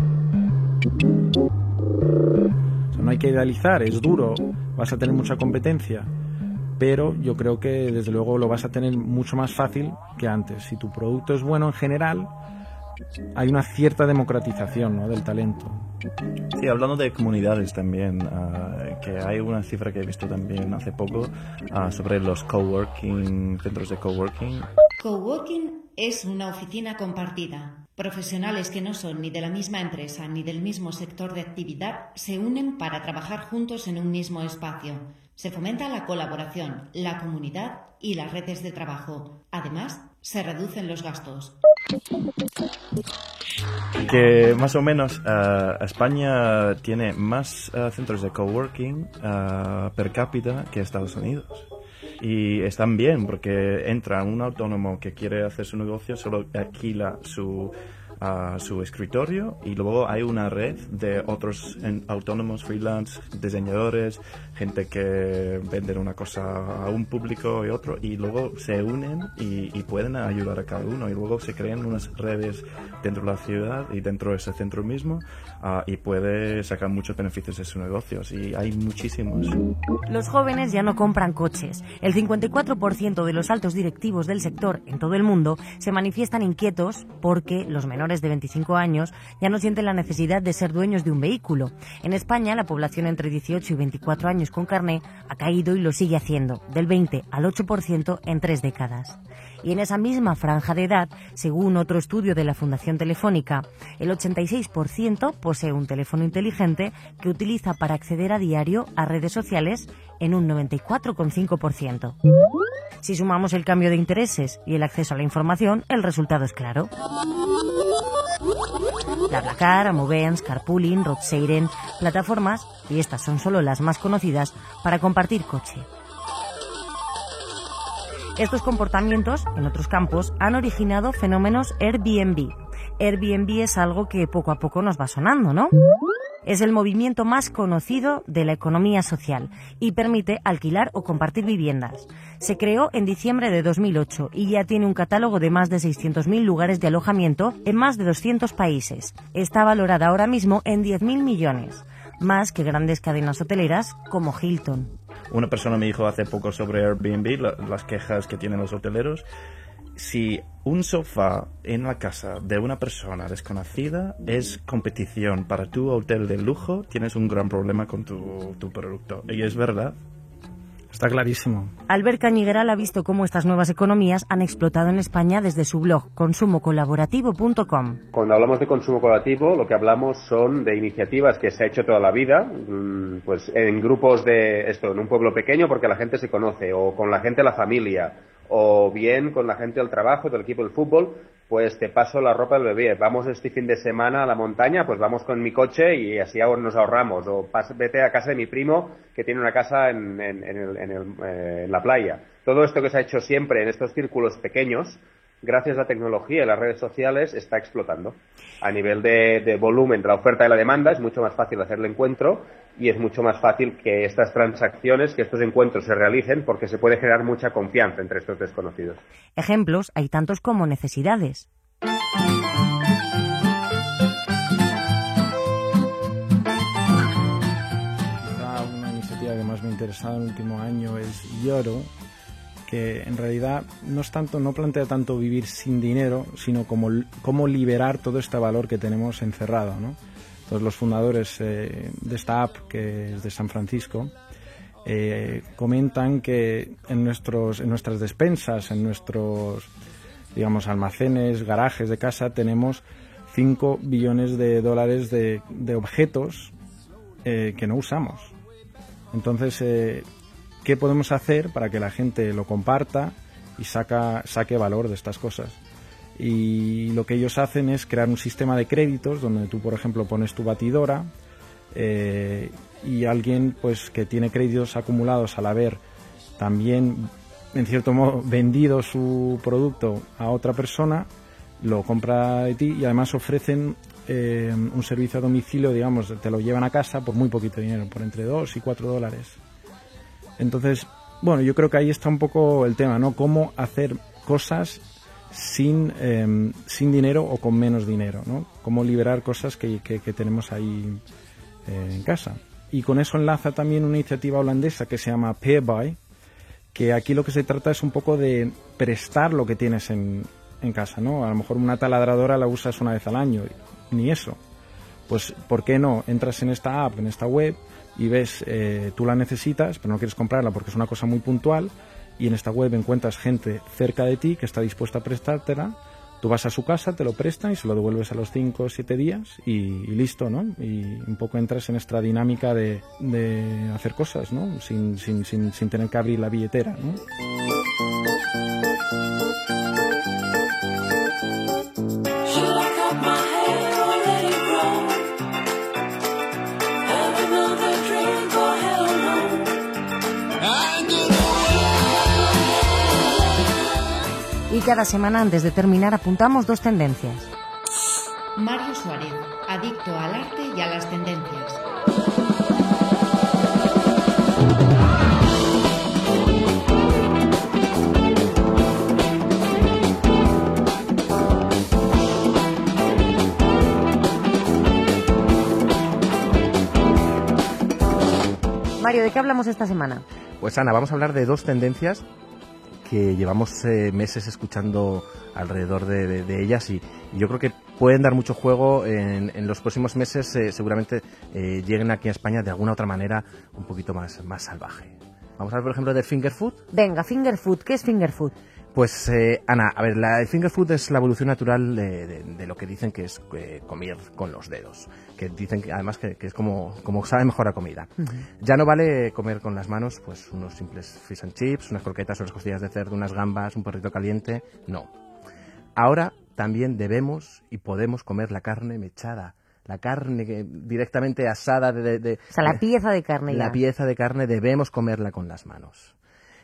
O sea, no hay que idealizar, es duro, vas a tener mucha competencia, pero yo creo que desde luego lo vas a tener mucho más fácil que antes. Si tu producto es bueno en general, hay una cierta democratización, ¿no?, del talento. Sí, hablando de comunidades también, que hay una cifra que he visto también hace poco sobre los coworking, centros de coworking. Coworking es una oficina compartida. Profesionales que no son ni de la misma empresa ni del mismo sector de actividad se unen para trabajar juntos en un mismo espacio. Se fomenta la colaboración, la comunidad y las redes de trabajo. Además, se reducen los gastos. Que más o menos España tiene más centros de coworking per cápita que Estados Unidos. Y están bien porque entra un autónomo que quiere hacer su negocio, solo alquila su escritorio y luego hay una red de otros autónomos, freelance, diseñadores, gente que venden una cosa a un público y otro y luego se unen y pueden ayudar a cada uno y luego se crean unas redes dentro de la ciudad y dentro de ese centro mismo y puede sacar muchos beneficios de sus negocios y hay muchísimos. Los jóvenes ya no compran coches. El 54% de los altos directivos del sector en todo el mundo se manifiestan inquietos porque los menores de 25 años ya no sienten la necesidad de ser dueños de un vehículo. En España, la población entre 18 y 24 años con carné ha caído y lo sigue haciendo, del 20 al 8% en 3 décadas. Y en esa misma franja de edad, según otro estudio de la Fundación Telefónica, el 86% posee un teléfono inteligente que utiliza para acceder a diario a redes sociales en un 94,5%. Si sumamos el cambio de intereses y el acceso a la información, el resultado es claro. BlaBlaCar, Amovens, Carpooling, Rodseiren, plataformas, y estas son solo las más conocidas, para compartir coche. Estos comportamientos, en otros campos, han originado fenómenos Airbnb. Airbnb es algo que poco a poco nos va sonando, ¿no? Es el movimiento más conocido de la economía social y permite alquilar o compartir viviendas. Se creó en diciembre de 2008 y ya tiene un catálogo de más de 600.000 lugares de alojamiento en más de 200 países. Está valorada ahora mismo en 10.000 millones, más que grandes cadenas hoteleras como Hilton. Una persona me dijo hace poco sobre Airbnb, las quejas que tienen los hoteleros. Si un sofá en la casa de una persona desconocida es competición para tu hotel de lujo, tienes un gran problema con tu producto. Y es verdad. Está clarísimo. Albert Cañigueral ha visto cómo estas nuevas economías han explotado en España desde su blog consumocolaborativo.com. Cuando hablamos de consumo colaborativo, lo que hablamos son de iniciativas que se ha hecho toda la vida, pues en grupos de esto, en un pueblo pequeño porque la gente se conoce, o con la gente de la familia, o bien con la gente del trabajo, del equipo del fútbol, pues te paso la ropa del bebé, vamos este fin de semana a la montaña, pues vamos con mi coche y así nos ahorramos, o vete a casa de mi primo que tiene una casa en la playa. Todo esto que se ha hecho siempre en estos círculos pequeños, gracias a la tecnología y las redes sociales, está explotando. A nivel de volumen de la oferta y la demanda es mucho más fácil hacer el encuentro y es mucho más fácil que estas transacciones, que estos encuentros se realicen porque se puede generar mucha confianza entre estos desconocidos. Ejemplos hay tantos como necesidades. Una iniciativa que más me ha interesado en el último año es Yoro, que en realidad no plantea tanto vivir sin dinero, sino cómo liberar todo este valor que tenemos encerrado, ¿no? Entonces los fundadores de esta app, que es de San Francisco, comentan que en nuestras despensas, en nuestros, digamos, almacenes, garajes de casa, tenemos 5 billones de dólares de objetos que no usamos. Entonces, ¿qué podemos hacer para que la gente lo comparta y saque valor de estas cosas? Y lo que ellos hacen es crear un sistema de créditos donde tú, por ejemplo, pones tu batidora y alguien pues que tiene créditos acumulados al haber también, en cierto modo, vendido su producto a otra persona, lo compra de ti y además ofrecen un servicio a domicilio, digamos, te lo llevan a casa por muy poquito dinero, por entre $2 y $4. Entonces, bueno, yo creo que ahí está un poco el tema, ¿no? Cómo hacer cosas sin dinero o con menos dinero, ¿no? Cómo liberar cosas que tenemos ahí en casa. Y con eso enlaza también una iniciativa holandesa que se llama Paybuy, que aquí lo que se trata es un poco de prestar lo que tienes en casa, ¿no? A lo mejor una taladradora la usas una vez al año, ni eso. Pues, ¿por qué no? Entras en esta app, en esta web, y ves, tú la necesitas, pero no quieres comprarla porque es una cosa muy puntual, y en esta web encuentras gente cerca de ti que está dispuesta a prestártela. Tú vas a su casa, te lo prestan y se lo devuelves a los 5 o 7 días y listo, ¿no? Y un poco entras en esta dinámica de hacer cosas, ¿no? Sin tener que abrir la billetera, ¿no? Y cada semana, antes de terminar, apuntamos 2 tendencias. Mario Suárez, adicto al arte y a las tendencias. Mario, ¿de qué hablamos esta semana? Pues Ana, vamos a hablar de 2 tendencias que llevamos meses escuchando alrededor de ellas y yo creo que pueden dar mucho juego en los próximos meses. Seguramente lleguen aquí a España de alguna otra manera un poquito más salvaje. Vamos a hablar, por ejemplo, de finger food. Venga, finger food. ¿Qué es finger food? Pues, Ana, a ver, el finger food es la evolución natural de lo que dicen que es comer con los dedos. Que dicen que además que es como sabe mejor la comida. Uh-huh. Ya no vale comer con las manos, pues unos simples fish and chips, unas croquetas, unas costillas de cerdo, unas gambas, un perrito caliente. No. Ahora también debemos y podemos comer la carne mechada. La carne directamente asada o sea, la pieza de carne. La pieza de carne debemos comerla con las manos.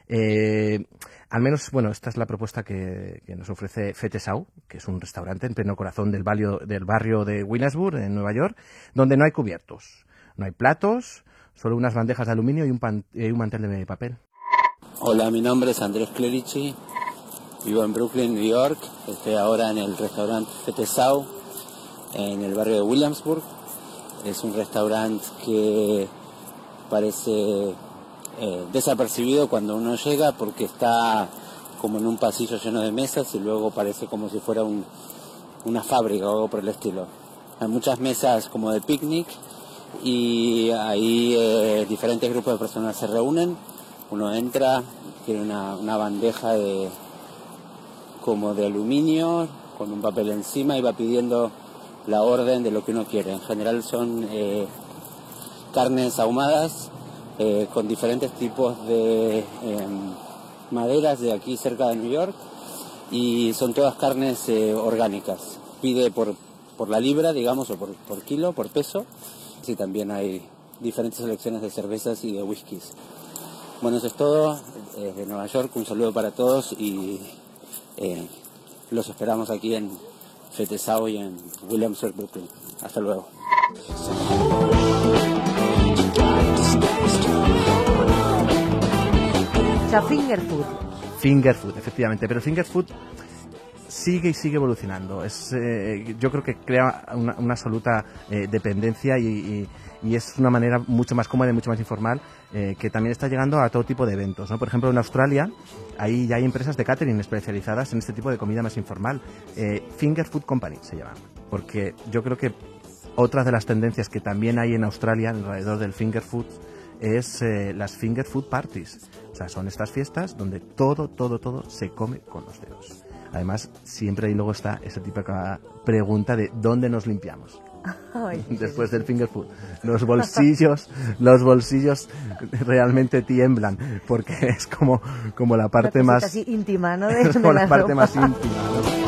Al menos, bueno, esta es la propuesta que nos ofrece Fetesau, que es un restaurante en pleno corazón del barrio de Williamsburg, en Nueva York, donde no hay cubiertos, no hay platos, solo unas bandejas de aluminio y un mantel de papel. Hola, mi nombre es Andrés Clerici, vivo en Brooklyn, New York. Estoy ahora en el restaurante Fetesau, en el barrio de Williamsburg. Es un restaurante que parece desapercibido cuando uno llega porque está como en un pasillo lleno de mesas y luego parece como si fuera una fábrica o algo por el estilo. Hay muchas mesas como de picnic y ahí diferentes grupos de personas se reúnen. Uno entra, tiene una bandeja como de aluminio con un papel encima y va pidiendo la orden de lo que uno quiere. En general son carnes ahumadas con diferentes tipos de maderas de aquí cerca de New York y son todas carnes orgánicas. Pide por la libra, digamos, o por kilo, por peso. Sí, también hay diferentes selecciones de cervezas y de whiskies. Bueno, eso es todo. Desde Nueva York, un saludo para todos y los esperamos aquí en Fetesau y en Williamsburg, Brooklyn. Hasta luego. O sea, finger food. Finger food, efectivamente. Pero el finger food sigue y sigue evolucionando. Yo creo que crea una absoluta dependencia y es una manera mucho más cómoda y mucho más informal que también está llegando a todo tipo de eventos, ¿no? Por ejemplo, en Australia ahí ya hay empresas de catering especializadas en este tipo de comida más informal. Finger Food Company se llama. Porque yo creo que otra de las tendencias que también hay en Australia alrededor del finger food es las finger food parties. O sea, son estas fiestas donde todo se come con los dedos. Además, siempre ahí luego está esa típica pregunta de ¿dónde nos limpiamos? Ay, después del finger food. Los bolsillos realmente tiemblan, porque es como la parte más así íntima, ¿no? Es como la parte más íntima, ¿no?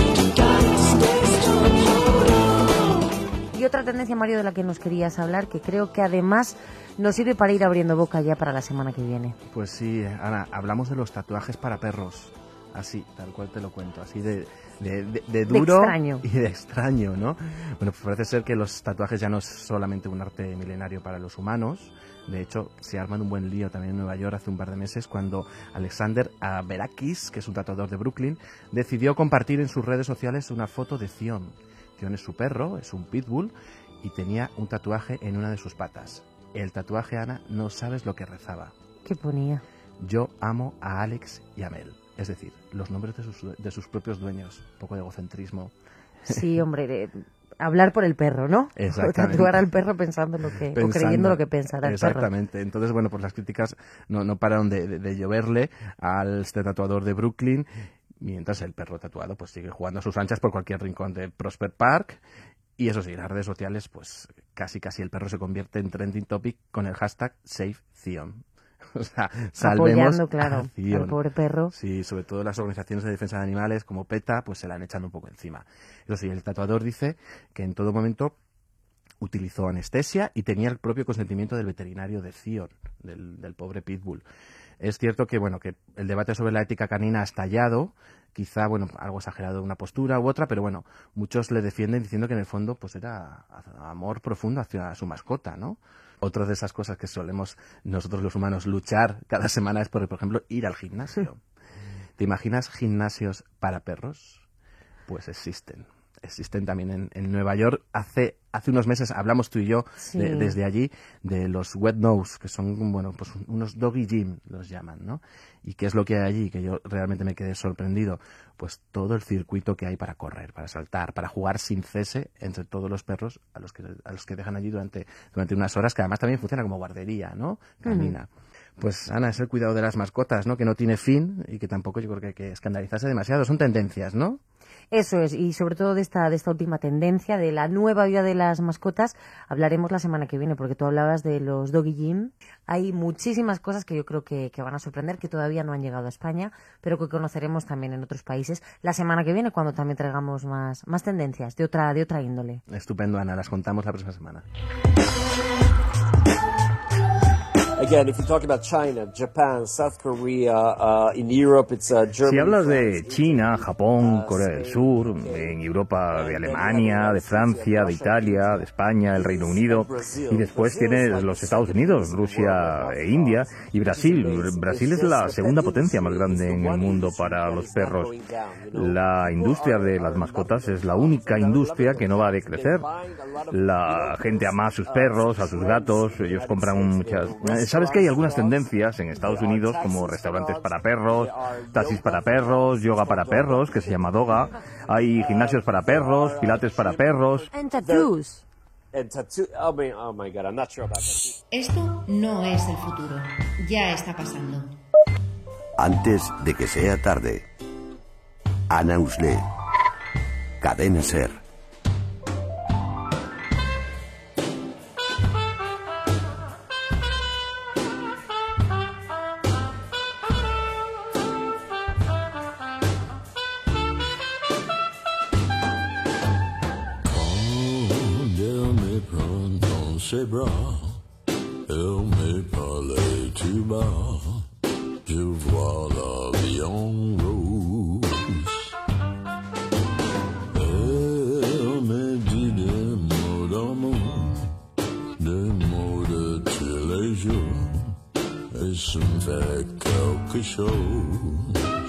Y otra tendencia, Mario, de la que nos querías hablar, que creo que además nos sirve para ir abriendo boca ya para la semana que viene. Pues sí, Ana, hablamos de los tatuajes para perros. Así, tal cual te lo cuento, así de duro y de extraño, ¿no? Bueno, pues parece ser que los tatuajes ya no es solamente un arte milenario para los humanos. De hecho, se arman un buen lío también en Nueva York hace un par de meses cuando Alexander Averakis, que es un tatuador de Brooklyn, decidió compartir en sus redes sociales una foto de Zion. Zion es su perro, es un pitbull, y tenía un tatuaje en una de sus patas. El tatuaje, Ana, no sabes lo que rezaba. ¿Qué ponía? Yo amo a Alex y a Mel. Es decir, los nombres de sus propios dueños. Un poco de egocentrismo. Sí, hombre, hablar por el perro, ¿no? Exactamente. Tatuar al perro pensando o creyendo lo que pensará el perro. Exactamente. Entonces, bueno, pues las críticas no pararon de lloverle al este tatuador de Brooklyn, mientras el perro tatuado pues sigue jugando a sus anchas por cualquier rincón de Prospect Park. Y eso sí, en las redes sociales, pues casi el perro se convierte en trending topic con el hashtag #SaveZion. O sea, salvemos apoyando, claro, al pobre perro. Sí, sobre todo las organizaciones de defensa de animales como PETA, pues se la han echado un poco encima. Eso sí, el tatuador dice que en todo momento utilizó anestesia y tenía el propio consentimiento del veterinario de Zion, del pobre pitbull. Es cierto que, bueno, que el debate sobre la ética canina ha estallado, quizá, bueno, algo exagerado de una postura u otra, pero bueno, muchos le defienden diciendo que en el fondo pues era amor profundo hacia su mascota, ¿no? Otra de esas cosas que solemos nosotros los humanos luchar cada semana es, por ejemplo, ir al gimnasio. ¿Te imaginas gimnasios para perros? Pues existen. Existen también en Nueva York. Hace unos meses hablamos tú y yo desde allí de los wet nose, que son, bueno, pues unos doggy gym los llaman, ¿no? ¿Y qué es lo que hay allí? Que yo realmente me quedé sorprendido. Pues todo el circuito que hay para correr, para saltar, para jugar sin cese entre todos los perros a los que dejan allí durante unas horas, que además también funciona como guardería, ¿no? Camina. Pues, Ana, es el cuidado de las mascotas, ¿no? Que no tiene fin y que tampoco yo creo que hay que escandalizarse demasiado. Son tendencias, ¿no? Eso es, y sobre todo de esta última tendencia, de la nueva vida de las mascotas, hablaremos la semana que viene, porque tú hablabas de los doggy gym. Hay muchísimas cosas que yo creo que van a sorprender, que todavía no han llegado a España, pero que conoceremos también en otros países la semana que viene, cuando también traigamos más tendencias de otra índole. Estupendo, Ana, las contamos la próxima semana. Again, if you talk about China, Japan, South Korea, in Europe it's Germany. Si hablas de China, Japón, Corea del Sur, en Europa de Alemania, de Francia, de Italia, de España, el Reino Unido, y después tienes los Estados Unidos, Rusia e India, y Brasil. Brasil es la segunda potencia más grande en el mundo para los perros. La industria de las mascotas es la única industria que no va a decrecer. La gente ama a sus perros, a sus gatos, ellos compran muchas... ¿Sabes que hay algunas tendencias en Estados Unidos como restaurantes para perros, taxis para perros, yoga para perros, que se llama Doga, hay gimnasios para perros, pilates para perros... And tattoos. Oh my God, I'm not sure about that. Esto no es el futuro, ya está pasando. Antes de que sea tarde. Ana Usle. Cadena Ser. C'est bras, elle me parlait tout bas, je vois la vie en rose. Elle me dit des mots d'amour, des mots de tous les jours, et ça me fait quelque chose.